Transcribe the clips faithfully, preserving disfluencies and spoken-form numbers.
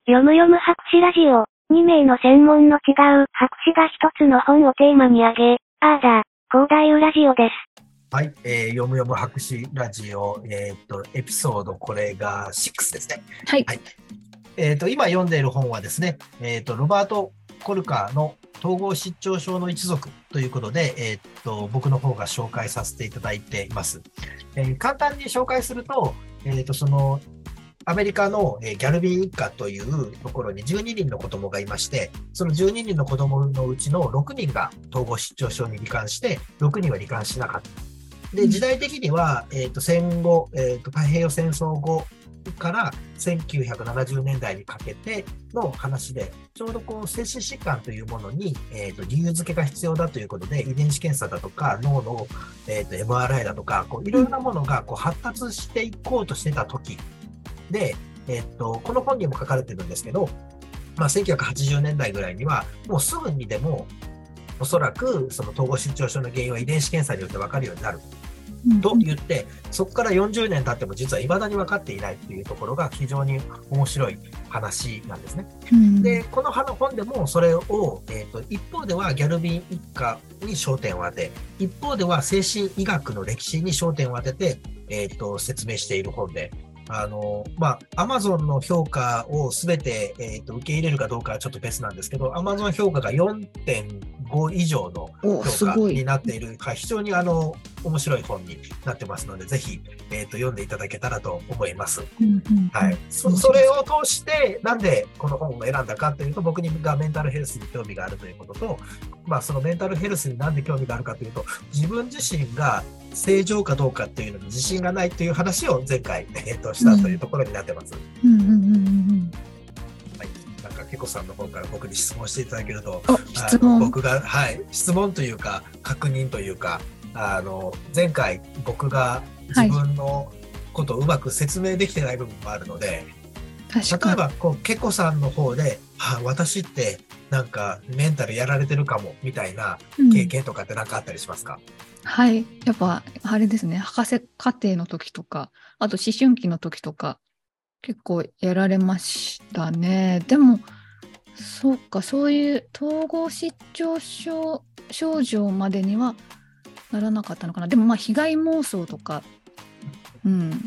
よむよむ博士ラジオ、に名の専門の違う博士が一つの本をテーマに挙げ、あーだ、広大ラジオです。 はい、えー、よむよむ博士ラジオ、えー、っと、エピソード、これがろくですね。 はい。 はい、えー、っと、今読んでいる本はですね、えー、っと、ロバート・コルカーの統合失調症の一族ということで、えー、っと、僕の方が紹介させていただいています。えー、簡単に紹介すると、えー、っと、その、アメリカのギャルビン一家というところにじゅうににんの子供がいまして、そのじゅうににんの子供のうちのろくにんが統合失調症に罹患して、ろくにんは罹患しなかった。で、時代的には、えっと、戦後、えっと、太平洋戦争後からせんきゅうひゃくななじゅうねんだいにかけての話で、ちょうどこう、精神疾患というものに、えっと、理由付けが必要だということで、遺伝子検査だとか、脳の、えっと、エムアールアイ だとか、こう、いろいろなものがこう発達していこうとしてた時、で、えっと、この本にも書かれてるんですけど、まあ、せんきゅうひゃくはちじゅうねんだいぐらいには、もうすぐにでも、おそらく、その統合失調症の原因は遺伝子検査によって分かるようになる。うん、と言って、そこからよんじゅうねん経っても実は未だに分かっていないっていうところが非常に面白い話なんですね。うん、で、この本でもそれを、えっと、一方ではギャルビン一家に焦点を当て、一方では精神医学の歴史に焦点を当てて、えっと、説明している本で、あの、まあ、アマゾンの評価をすべて、えっと、受け入れるかどうかはちょっと別なんですけど、アマゾン評価が よんてんご 以上の評価になっている、はい、非常にあの、面白い本になってますので、ぜひ、えっと、読んでいただけたらと思います。うんうんうん、はい。そ、それを通して、なんでこの本を選んだかというと、僕がメンタルヘルスに興味があるということと、まあ、そのメンタルヘルスになんで興味があるかというと、自分自身が正常かどうかっていうのに自信がないという話を前回、えっと、したというところになってます。うんうんうんうん、はい。なんか、けこさんの方から僕に質問していただけると、 質問僕が、はい、質問というか、確認というか、あの、前回僕が自分のことをうまく説明できてない部分もあるので、はい、例えば、こう、けこさんの方で、はあ、私ってなんかメンタルやられてるかも、みたいな経験とかって何かあったりしますか？ うん、はい。やっぱ、あれですね、博士課程の時とか、あと思春期の時とか、結構やられましたね。でも、そうか、そういう統合失調症症状までにはならなかったのかな。でもまあ被害妄想とか、うん、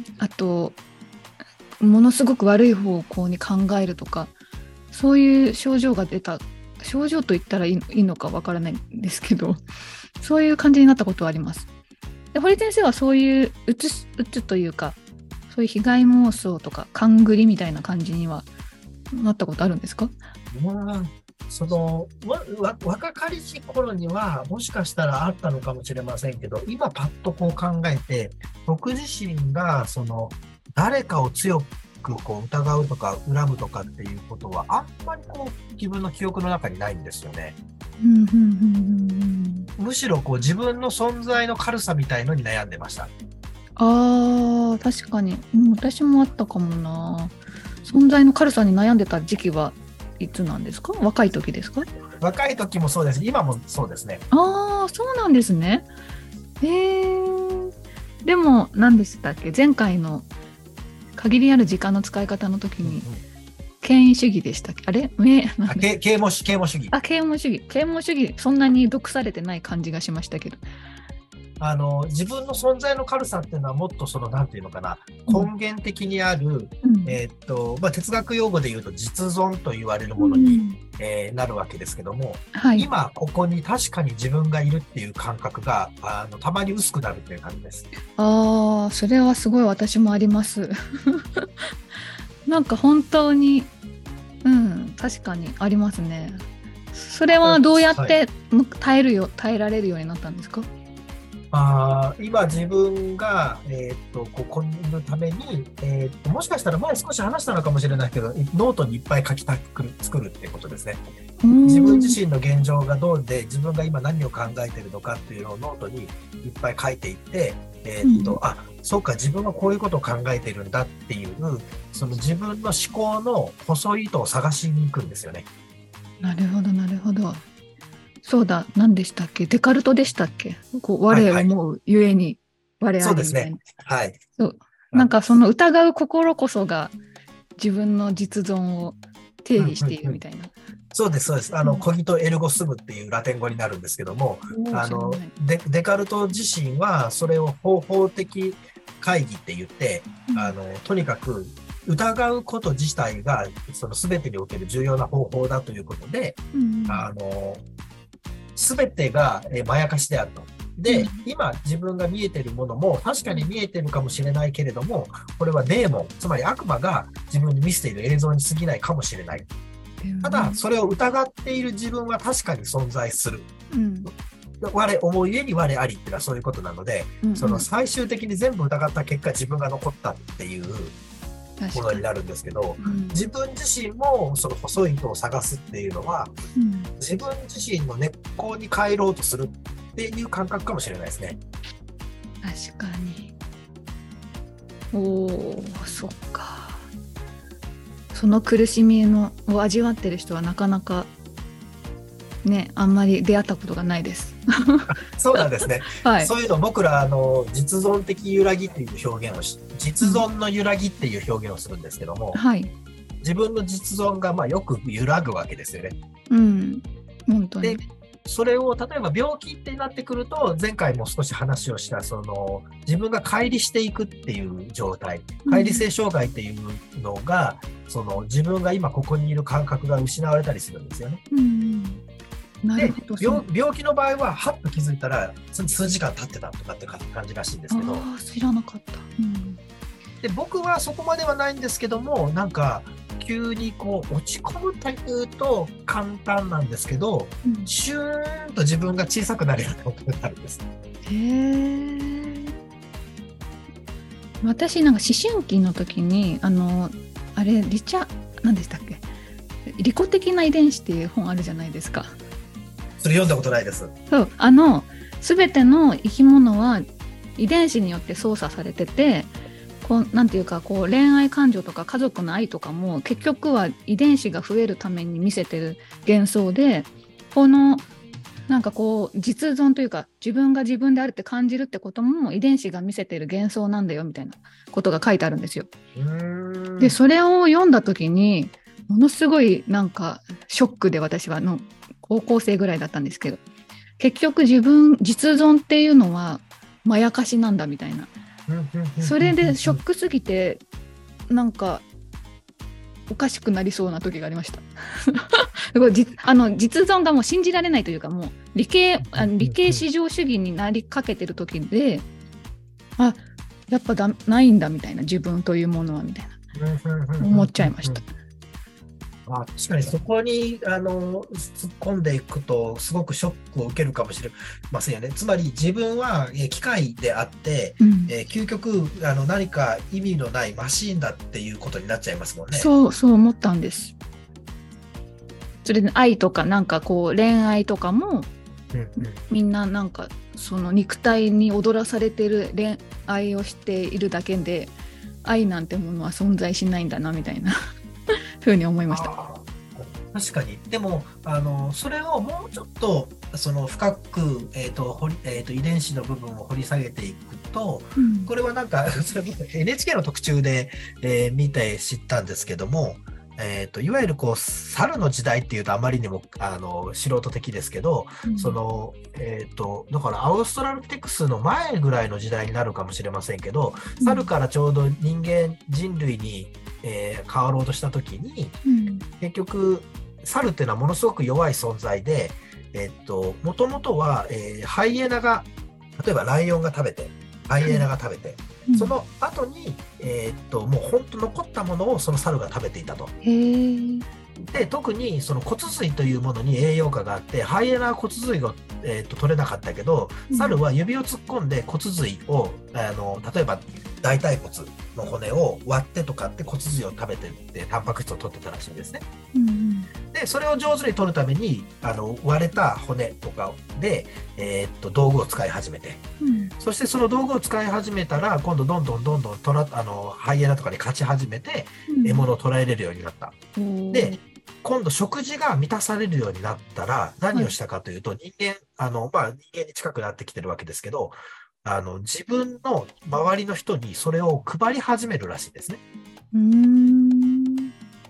あとものすごく悪い方向に考えるとか、そういう症状が出た、症状と言ったらいい、いいのかわからないんですけど、そういう感じになったことはあります。で、堀先生はそういううつうつというか、そういう被害妄想とか勘繰りみたいな感じにはなったことあるんですか？ まあ、そのわわ若かりし頃にはもしかしたらあったのかもしれませんけど、今パッとこう考えて、僕自身がその誰かを強くこう疑うとか恨むとかっていうことはあんまりこう自分の記憶の中にないんですよね。うんうんうんうん、むしろこう自分の存在の軽さみたいのに悩んでました。 あー、確かに、うん、私もあったかもな。存在の軽さに悩んでた時期はいつなんですか？若い時ですか？ 若い時もそうです。今もそうですね。 ああ、そうなんですね。へえ。でも何でしたっけ？前回の限りある時間の使い方の時に、うんうん、権威主義でしたっけ？あれ？ あ、啓蒙主義。啓蒙主義。 あ、啓蒙主義。啓蒙主義、そんなに毒されてない感じがしましたけど。 あの自分の存在の軽さっていうのはもっとそのなんていうのかな、根源的にある、うん、えーっとまあ、哲学用語で言うと実存と言われるものに、うんえー、なるわけですけども、はい、今ここに確かに自分がいるっていう感覚があのたまに薄くなるっていう感じです。 ああ、それはすごい私もありますなんか本当にうん確かにありますね。それはどうやって耐えるよ、耐えられるようになったんですか？ あ今自分が、えー、っとここにいるために、えー、っともしかしたら前少し話したのかもしれないけど、ノートにいっぱい書きたく作るっていうことですね。自分自身の現状がどうで、自分が今何を考えているのかっていうのをノートにいっぱい書いていって、えー、っと、うん、あ、そうか、自分はこういうことを考えているんだっていう、その自分の思考の細い糸を探しに行くんですよね。 なるほど、なるほど。そうだ、何でしたっけ？デカルトでしたっけ？こう我を思うゆえに我ありみたいな。 そうですね。はい。 そう。なんかその疑う心こそが自分の実存を定義しているみたいな。 そうです、そうです。あの、コギトエルゴスムっていうラテン語になるんですけども、あのデ、デカルト自身はそれを方法的会議って言って、うん、あの、とにかく疑うこと自体がその全てにおける重要な方法だということで、うん、あの、全てがまやかしであると。で、うん、今自分が見えているものも確かに見えているかもしれないけれども、これはデーモン、つまり悪魔が自分に見せている映像に過ぎないかもしれない。ただ、それを疑っている自分は確かに存在する。うん、我思うゆえに我ありっていうのはそういうことなので、うんうん、その最終的に全部疑った結果、自分が残ったっていうものになるんですけど、うん、自分自身もその細い糸を探すっていうのは、うん、自分自身の根っこに帰ろうとするっていう感覚かもしれないですね。 確かに。おー、そっか。その苦しみのを味わってる人はなかなかね、あんまり出会ったことがないです。 そうなんですね。はい、そういうの僕らあの実存的揺らぎっていう表現をし、実存の揺らぎっていう表現をするんですけども、うん、はい、自分の実存がまあよく揺らぐわけですよね。 うん、本当に。 でそれを例えば病気ってなってくると、前回も少し話をしたその自分が乖離していくっていう状態、乖離性障害っていうのが、うん、その自分が今ここにいる感覚が失われたりするんですよね。うん、なるほど。で 病, 病気の場合ははっと気づいたら数時間経ってたとかって感じらしいんですけど、 あ、知らなかった。うん、 で僕はそこまではないんですけども、なんか急にこう落ち込むというと簡単なんですけど、うん、シューンと自分が小さくなるようなことになるんです。 へー。私なんか思春期の時にあのあれリチャ何でしたっけ、利己的な遺伝子っていう本あるじゃないですか。 それ読んだことないです。 そう、あの全ての生き物は遺伝子によって操作されてて、こうなんていうかこう恋愛感情とか家族の愛とかも結局は遺伝子が増えるために見せてる幻想で、このなんかこう実存というか自分が自分であるって感じるってことも遺伝子が見せてる幻想なんだよみたいなことが書いてあるんですよ。うーん。でそれを読んだ時にものすごいなんかショックで、私はの高校生ぐらいだったんですけど、結局自分実存っていうのはまやかしなんだみたいな。それでショックすぎてなんかおかしくなりそうな時がありました。あの実存がもう信じられないというか、もう理系あの理系至上主義になりかけてる時で、あ、やっぱだないんだみたいな、自分というものはみたいな思っちゃいました。 あ、確かにそこにあの突っ込んでいくとすごくショックを受けるかもしれませんよね。つまり自分はえ機械であって、うん、え究極あの何か意味のないマシーンだっていうことになっちゃいますもんね。 そうそう思ったんです。それで愛とかなんかこう恋愛とかも、うんうん、みんななんかその肉体に踊らされてる恋愛をしているだけで、愛なんてものは存在しないんだなみたいなふうに思いました。 確かに。でもあのそれをもうちょっとその深く、えーと掘りえーと遺伝子の部分を掘り下げていくと、うん、これはなんかそれ エヌエイチケー の特集で、えー、見て知ったんですけども、えーといわゆるこう猿の時代っていうとあまりにもあの素人的ですけど、うん、そのえーとだからアウストラロピテクスの前ぐらいの時代になるかもしれませんけど、うん、猿からちょうど人間人類にえー、変わろうとしたときに、うん、結局猿っていうのはものすごく弱い存在で、えー、っともともとは、えー、ハイエナが例えばライオンが食べてハイエナが食べて、うん、その後に、えー、っともう本当残ったものをその猿が食べていたと。へー。で特にその骨髄というものに栄養価があって、ハイエナは骨髄が、えー、と取れなかったけど、猿は指を突っ込んで骨髄をあの例えば大腿骨の骨を割ってとかって骨髄を食べてってタンパク質を取ってたらしいんですね。うんうん、でそれを上手に取るためにあの割れた骨とかで、えー、っと道具を使い始めて、うん、そしてその道具を使い始めたら今度どんどんどんどんトラあのハイエナとかに勝ち始めて、うん、獲物を捕らえれるようになった。で今度食事が満たされるようになったら何をしたかというと、はい、人間あの、まあ、人間に近くなってきてるわけですけど、あの自分の周りの人にそれを配り始めるらしいですね。うーん、本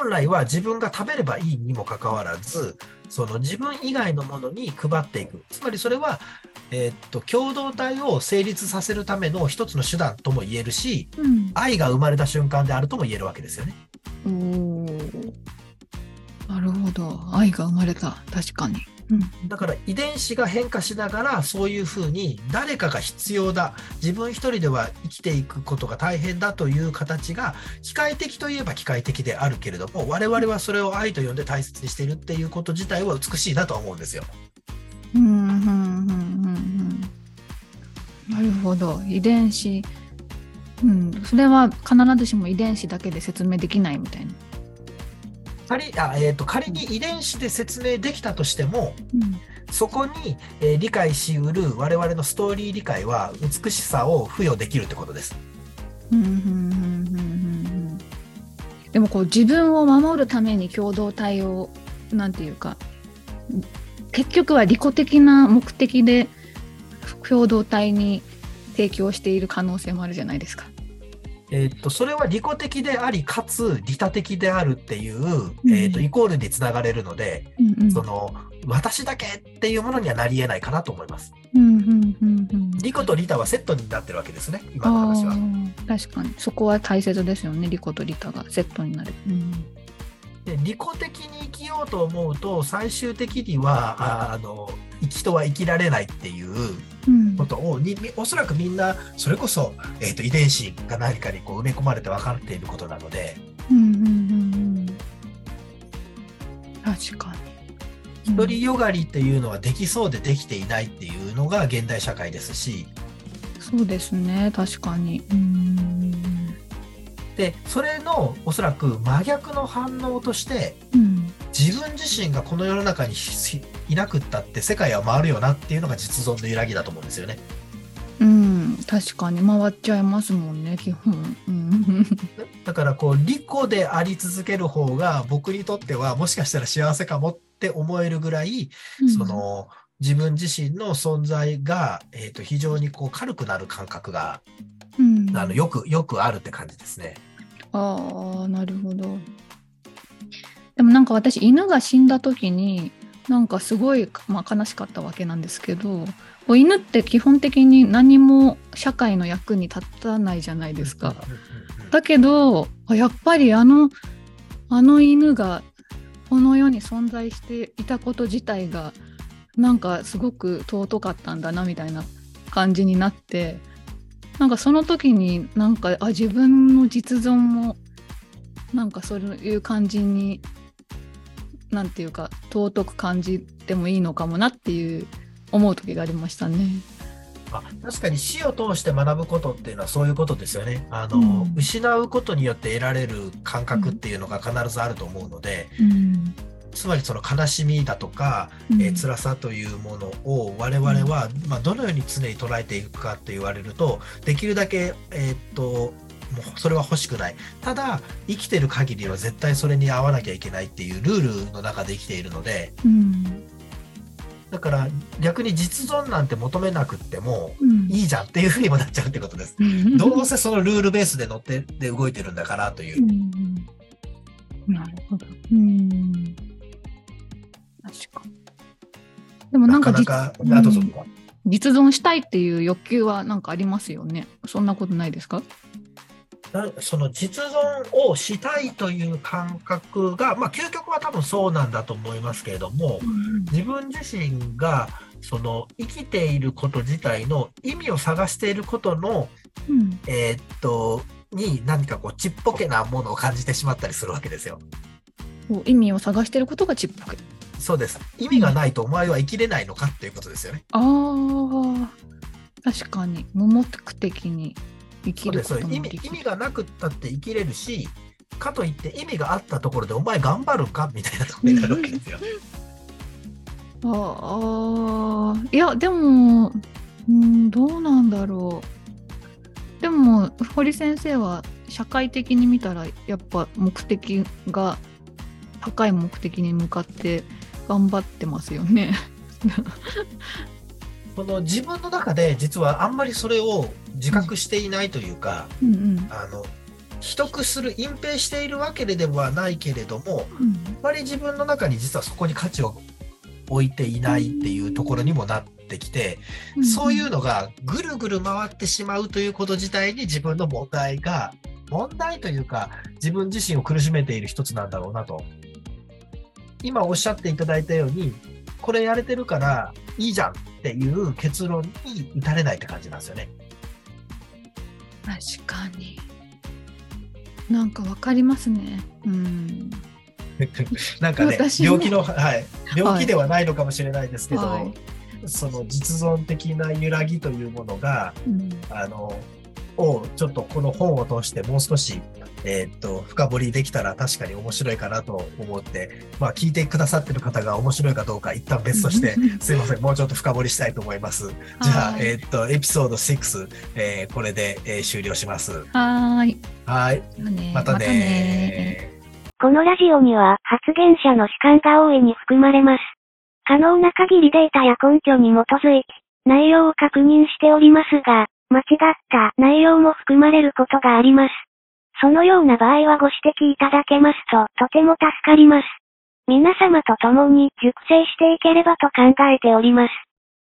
本来は自分が食べればいいにもかかわらず、その自分以外のものに配っていく。つまりそれは、えーっと、共同体を成立させるための一つの手段とも言えるし、 うん、 愛が生まれた瞬間であるとも言えるわけですよね。 おー、なるほど。愛が生まれた。確かに。うん、 だから遺伝子が変化しながら、そういうふうに誰かが必要だ、自分一人では生きていくことが大変だという形が、機械的といえば機械的であるけれども、我々はそれを愛と呼んで大切にしているっていうこと自体は美しいなと思うんですよ。 うんうんうんうんうん、なるほど。遺伝子、うん、それは必ずしも遺伝子だけで説明できないみたいな。 仮、あ、えーと、仮に遺伝子で説明できたとしても、 うんそこに、えー理解しうる我々のストーリー理解は美しさを付与できるってことです。 うんうんうんうんうんうん、でもこう自分を守るために共同体をなんていうか、結局は利己的な目的で共同体に提供している可能性もあるじゃないですか。 えーと、それは利己的であり、かつ利他的であるっていう、 んえーと、イコールにつながれるので、 うんうんその、私だけっていうものにはなり得ないかなと思います。 うんうんうんうん、 利己と利他はセットになってるわけですね、今の話は。 あー確かにそこは大切ですよね。利己と利他がセットになる、うんで利己的に生きようと思うと、最終的には、ああの、人は生きられないっていううんことを、におそらくみんな、それこそ、えーと、遺伝子が何かにこう埋め込まれて分かっていることなので、 うんうんうんうん確かに。 独りよがりっていうのはできそうでできていないっていうのが現代社会ですし、 そうですね、確かに。うんで、それのおそらく真逆の反応として、 うん自分自身がこの世の中にいなくったって世界は回るよなっていうのが実存の揺らぎだと思うんですよね。 うん確かに回っちゃいますもんね、基本。うんだからこう利己であり続ける方が僕にとってはもしかしたら幸せかもって思えるぐらい、その自分自身の存在が、えーと、非常にこう軽くなる感覚が、 うんあのよくよくあるって感じですね。 ああ、なるほど。でもなんか私、犬が死んだ時に、なんかすごい、まあ、悲しかったわけなんですけど、こう犬って基本的に何も社会の役に立たないじゃないですか。だけど、やっぱりあの、あの犬がこの世に存在していたこと自体が、なんかすごく尊かったんだなみたいな感じになって、なんかその時になんかあ自分の実存もなんかそういう感じになんていうか尊く感じてもいいのかもなっていう思う時がありましたね。 あ、確かに死を通して学ぶことっていうのはそういうことですよね。あの、 うん、 失うことによって得られる感覚っていうのが必ずあると思うので、 うんつまりその悲しみだとか、 うんえー辛さというものを我々は、まあ、どのように常に捉えていくかって言われると、できるだけ、えーっと、もうそれは欲しくない。ただ、生きてる限りは絶対それに合わなきゃいけないっていうルールの中で生きているので、 うんだから逆に実存なんて求めなくってもうんいいじゃんっていうふうにもなっちゃうってことです。どうせそのルールベースで乗ってで動いてるんだからという。 うんなるほど。うん確かに。でもなかなんかなか、 実あ、どうぞ。 実存したいっていう欲求はなんかありますよね。そんなことないですか？ なその実存をしたいという感覚が、まあ、究極は多分そうなんだと思いますけれども、自分自身がその生きていること自体の意味を探していることの、 うんえーっと、に何かこうちっぽけなものを感じてしまったりするわけですよ。 こう意味を探していることがちっぽけ。 そうです。意味がないとお前は生きれないのかっていうことですよね。 ああ、確かに無目的に生きそうです。 るこそう意味、 ともできる。 意味がなくったって生きれるし、かといって意味があったところでお前頑張るかみたいなところになるわけですよ。 ああ、いやでも、うん、どうなんだろう。でも堀先生は社会的に見たらやっぱ目的が高い目的に向かって頑張ってますよね。 その自分の中で実はあんまりそれを自覚していないというか、 うんうんあの秘匿する、隠蔽しているわけではないけれども、 うんあまり自分の中に実はそこに価値を置いていないっていうところにもなってきて、 うんそういうのがぐるぐる回ってしまうということ自体に自分の問題が、問題というか自分自身を苦しめている一つなんだろうなと。今おっしゃっていただいたように、これやれてるからいいじゃんっていう結論に至れないって感じなんですよね。 確かに。なんかわかりますね。うん。 なんかね、 私も病気の、はい、病気ではないのかもしれないですけど、 はいその実存的な揺らぎというものが、 うんあの、をちょっとこの本を通してもう少し、えーっと、深掘りできたら確かに面白いかなと思って、まあ聞いてくださってる方が面白いかどうか一旦別として、すいません、もうちょっと深掘りしたいと思います。じゃあ、 はいえーっと、エピソードろく、えーこれで、えー終了します。 はーい。 はい。 じゃあねまたねー。 またねこのラジオには発言者の主観が大いに含まれます。可能な限りデータや根拠に基づいて内容を確認しておりますが、間違った内容も含まれることがあります。そのような場合はご指摘いただけますととても助かります。皆様と共に熟成していければと考えております。